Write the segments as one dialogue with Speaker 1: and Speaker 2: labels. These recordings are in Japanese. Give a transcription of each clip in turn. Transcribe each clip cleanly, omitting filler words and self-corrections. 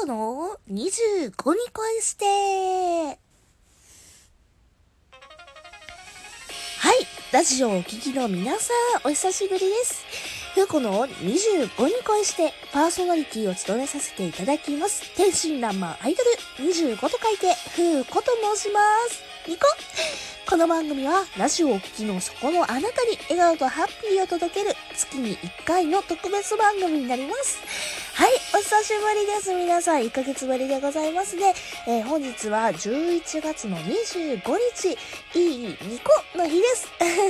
Speaker 1: 子の25に恋して。はい、ラジオをお聞きの皆さん、お久しぶりです。ふうこの25に恋してパーソナリティを務めさせていただきます。天真爛漫アイドル25と書いてふうこと申します。ニコ。この番組はラジオをお聞きのそこのあなたに笑顔とハッピーを届ける月に1回の特別番組になります。はい、お久しぶりです。皆さん1ヶ月ぶりでございますね。本日は11月の25日、いいニコの日です。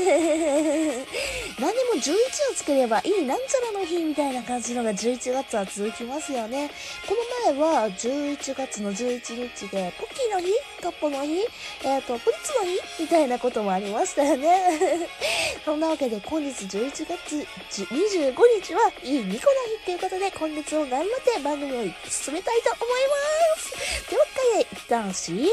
Speaker 1: 何でも11をつければいいなんちゃらの日みたいな感じのが11月は続きますよね。この前は11月の11日でポッキーの日、カッポの日、プリッツの日みたいなこともありましたよね。そんなわけで本日11月25日はいいニコの日ということで、今月を頑張って番組を進めたいと思います。では一旦 CM です。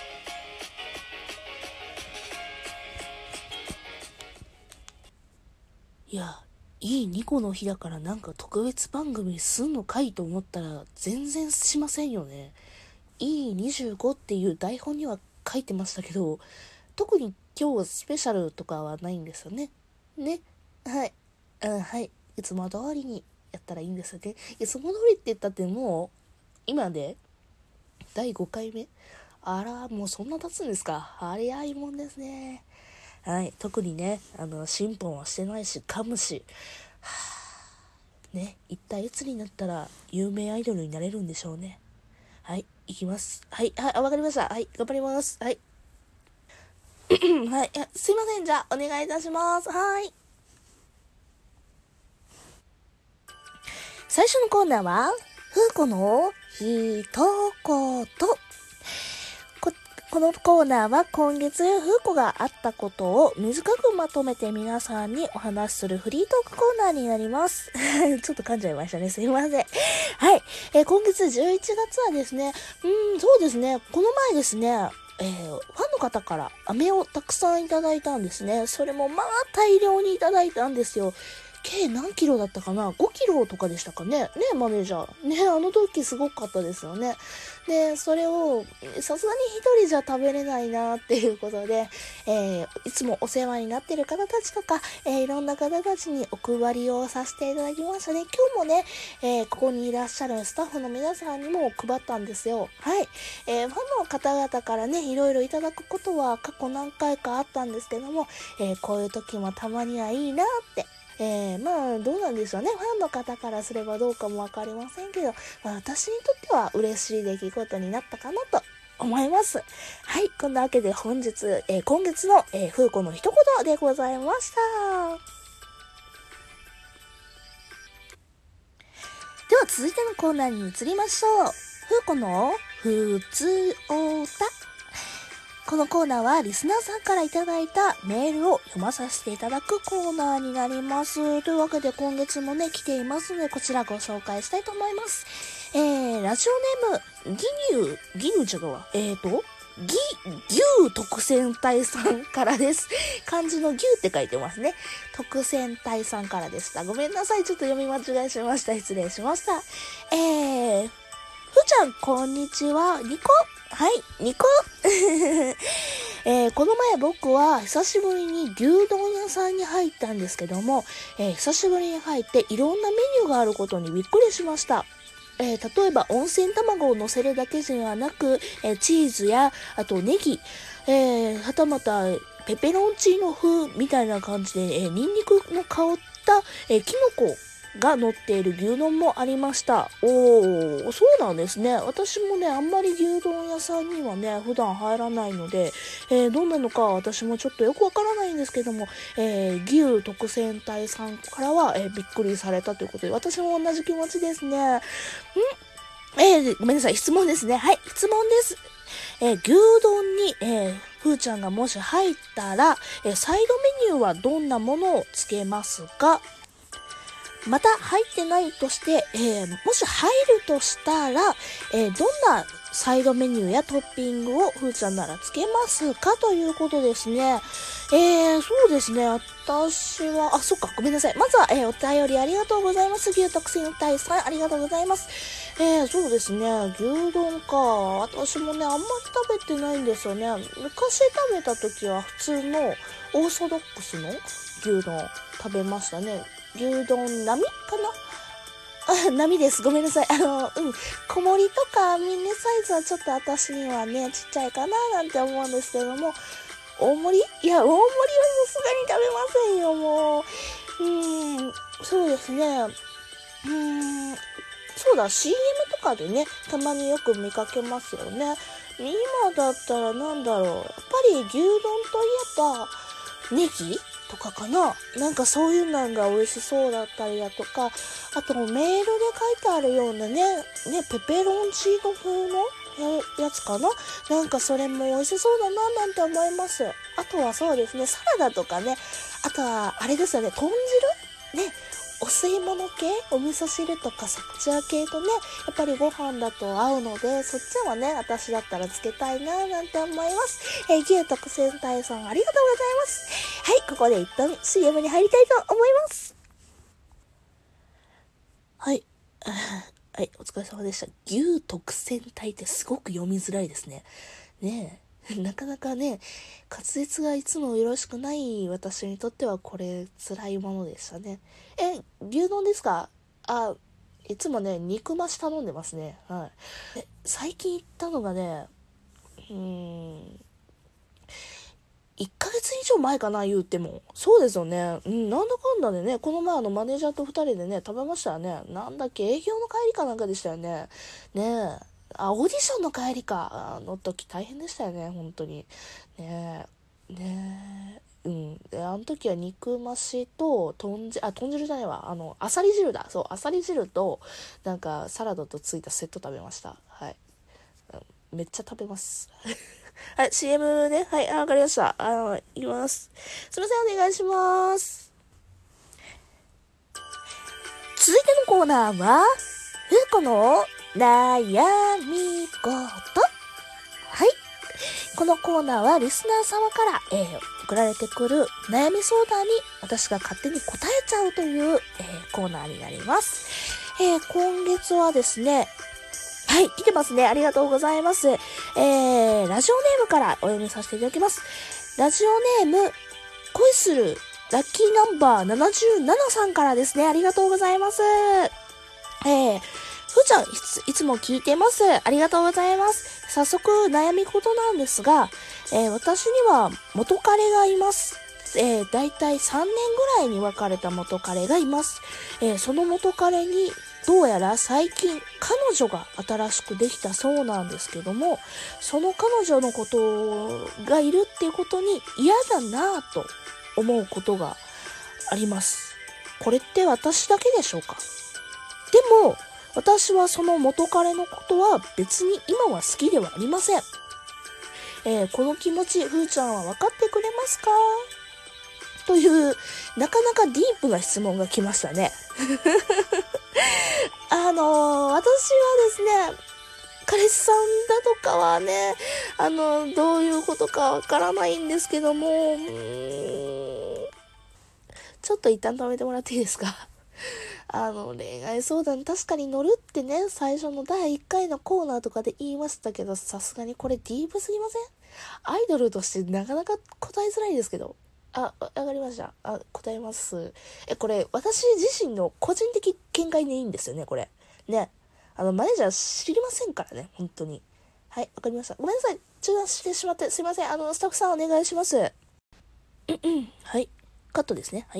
Speaker 1: いや、いいニコの日だからなんか特別番組すんのかいと思ったら全然しませんよね。いい25っていう台本には書いてましたけど、特に今日スペシャルとかはないんですよね。ね。はい。はい。いつも通りにやったらいいんですよね。いつも通りって言ったってもう、今で第5回目。あら、もうそんな経つんですか。早いもんですね。はい。特にね、進歩はしてないし、噛むし。ね。一体いつになったら有名アイドルになれるんでしょうね。はい。いきます。はい。はい。わかりました。はい。頑張ります。はい。はい。すいません。じゃあ、お願いいたします。はい。最初のコーナーは、ふうこのひと言。このコーナーは今月ふうこがあったことを短くまとめて皆さんにお話しするフリートークコーナーになります。ちょっと噛んじゃいましたね。すいません。はい。今月11月はですね、そうですね、この前ですね、ファンの方から飴をたくさんいただいたんですね。それもまあ大量にいただいたんですよ。計何キロだったかな ?5 キロとかでしたかね。ね、マネージャー。ね、あの時すごかったですよね。で、それを、さすがに一人じゃ食べれないなっていうことで、いつもお世話になってる方たちとか、いろんな方たちにお配りをさせていただきましたね。今日もね、ここにいらっしゃるスタッフの皆さんにも配ったんですよ。はい。ファンの方々からね、いろいろいただくことは過去何回かあったんですけども、こういう時もたまにはいいなって、まあどうなんでしょうね。ファンの方からすればどうかもわかりませんけど、私にとっては嬉しい出来事になったかなと思います。はい、こんなわけで本日、今月の、ふうこの一言でございました。では続いてのコーナーに移りましょう。ふうこのふつおた。このコーナーはリスナーさんからいただいたメールを読まさせていただくコーナーになります。というわけで今月もね、来ていますので、こちらご紹介したいと思います。ラジオネーム、ギニューちゃうわ。牛特選隊さんからです。漢字の牛って書いてますね。特選隊さんからでした。ごめんなさい。ちょっと読み間違いしました。失礼しました。ふーちゃん、こんにちは。ニコ。はい、ニコ。この前僕は久しぶりに牛丼屋さんに入ったんですけども、久しぶりに入っていろんなメニューがあることにびっくりしました。例えば温泉卵を乗せるだけではなく、チーズやあとネギ、はたまたペペロンチーノ風みたいな感じで、ニンニクの香った、キノコが乗っている牛丼もありました。そうなんですね。私もね、あんまり牛丼屋さんにはね、普段入らないので、どんなのか私もちょっとよくわからないんですけども、牛特選隊さんからは、びっくりされたということで、私も同じ気持ちですね。ごめんなさい、質問ですね。はい、質問です。牛丼に、ふーちゃんがもし入ったら、サイドメニューはどんなものをつけますか？また入ってないとして、もし入るとしたら、どんなサイドメニューやトッピングをふーちゃんならつけますかということですね。そうですね。私は、そっか、ごめんなさい。まずは、お便りありがとうございます。牛特選隊さん、ありがとうございます。そうですね。牛丼か。私もね、あんまり食べてないんですよね。昔食べた時は普通のオーソドックスの牛丼食べましたね。牛丼並かな波です。ごめんなさい。小盛りとかミニサイズはちょっと私にはね、ちっちゃいかななんて思うんですけども、大盛りいや、大盛りはさすがに食べませんよ、もう。そうですね。そうだ、CM とかでね、たまによく見かけますよね。今だったらなんだろう。やっぱり牛丼といえば、ネギとかかな、なんかそういうのが美味しそうだったりだとか、あとメールで書いてあるようなね、ペペロンチーノ風のやつかな、なんかそれも美味しそうだななんて思います。あとはそうですね、サラダとかね、あとはあれですよね、豚汁ね、お吸い物系、お味噌汁とかそっち系とね、やっぱりご飯だと合うので、そっちはね、私だったらつけたいななんて思います。牛特選隊さんありがとうございます。はい、ここで一旦 CM に入りたいと思います。はい。はい、お疲れ様でした。牛特選隊ってすごく読みづらいですね。ねえ。なかなかね、滑舌がいつもよろしくない私にとってはこれ辛いものでしたね。牛丼ですか？いつもね、肉増し頼んでますね。はい。最近行ったのがね、1ヶ月以上前かな、言うても。そうですよね。なんだかんだでね、この前マネージャーと2人でね、食べましたよね。なんだっけ、営業の帰りかなんかでしたよね。ねえ。オーディションの帰りか。の時大変でしたよね、本当に。ねえ。ねえ。で、あの時は肉増しと、豚汁じゃないわ。アサリ汁だ。そう、アサリ汁と、なんか、サラダとついたセット食べました。はい。めっちゃ食べます。はい、CM ね。はい、わかりました。いきます。すいません、お願いします。続いてのコーナーは、ふうこの悩み事。はい。このコーナーはリスナー様から、送られてくる悩み相談に私が勝手に答えちゃうという、コーナーになります。今月はですね、はい、来てますね。ありがとうございます。ラジオネームからお読みさせていただきます。ラジオネーム、恋するラッキーナンバー77さんからですね。ありがとうございます。ふーちゃん、いつも聞いてます。ありがとうございます。早速、悩み事なんですが、私には元彼がいます。だいたい3年ぐらいに別れた元彼がいます。その元彼に、どうやら最近彼女が新しくできたそうなんですけども、その彼女のことがいるっていうことに嫌だなぁと思うことがあります。これって私だけでしょうか？でも、私はその元彼のことは別に今は好きではありません。この気持ち、ふーちゃんは分かってくれますか？という、なかなかディープな質問が来ましたね。私はですね、彼氏さんだとかはね、どういうことかわからないんですけども、ちょっと一旦止めてもらっていいですか？恋愛相談確かに乗るってね、最初の第1回のコーナーとかで言いましたけど、さすがにこれディープすぎません？アイドルとしてなかなか答えづらいですけど。わかりました。答えます。これ、私自身の個人的見解でいいんですよね、これ。ね。マネージャー知りませんからね、本当に。はい、わかりました。ごめんなさい。中断してしまって、すいません。スタッフさんお願いします。はい。カットですね。はい。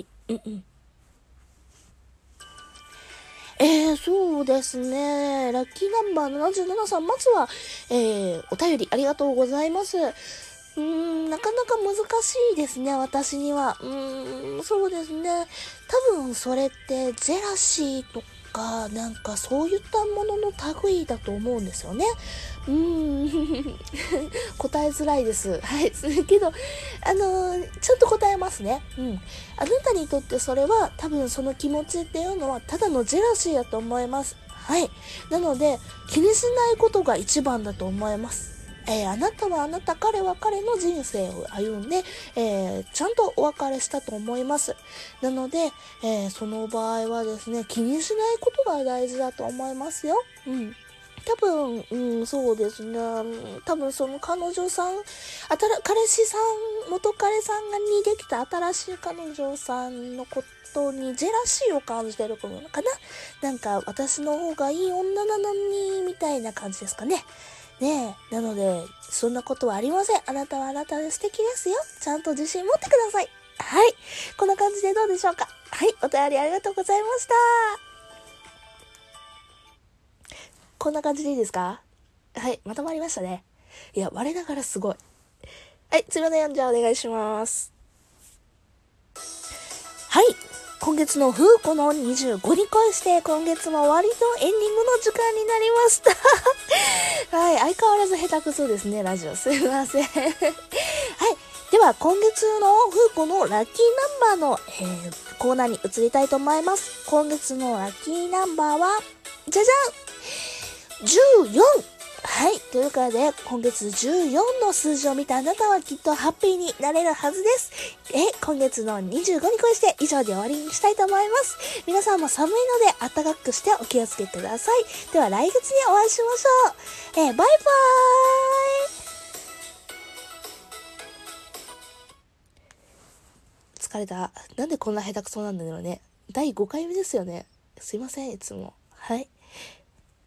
Speaker 1: そうですね。ラッキーナンバー77さん、まずは、お便りありがとうございます。なかなか難しいですね、私には。そうですね。多分それってジェラシーとか、なんかそういったものの類だと思うんですよね。答えづらいです。はい。けど、ちゃんと答えますね。あなたにとってそれは多分その気持ちっていうのはただのジェラシーだと思います。 はい。なので、気にしないことが一番だと思います。あなたはあなた、彼は彼の人生を歩んで、ちゃんとお別れしたと思います。なので、その場合はですね、気にしないことが大事だと思いますよ。うん。多分、そうですね。多分その彼女さん、彼氏さん、元彼さんにできた新しい彼女さんのことにジェラシーを感じてるのかな。なんか私の方がいい女なのに、みたいな感じですかね。ねえ。なので、そんなことはありません。あなたはあなたで素敵ですよ。ちゃんと自信持ってください。はい。こんな感じでどうでしょうか。はい。お便りありがとうございました。こんな感じでいいですか？はい。まとまりましたね。いや、我ながらすごい。はい。すいません。じゃあお願いします。はい。今月のフーコの25に恋して、今月も終わりのエンディングの時間になりました。はい。相変わらず下手くそですね、ラジオ。すいません。はい。では、今月のフーコのラッキーナンバーの、コーナーに移りたいと思います。今月のラッキーナンバーは、じゃじゃん !14! はい。ということで、今月14の数字を見たあなたはきっとハッピーになれるはずです。今月の25に恋して以上で終わりにしたいと思います。皆さんも寒いので暖かくしてお気をつけください。では来月にお会いしましょう。バイバーイ。疲れた。なんでこんな下手くそなんだろうね。第5回目ですよね。すいません、いつも。はい。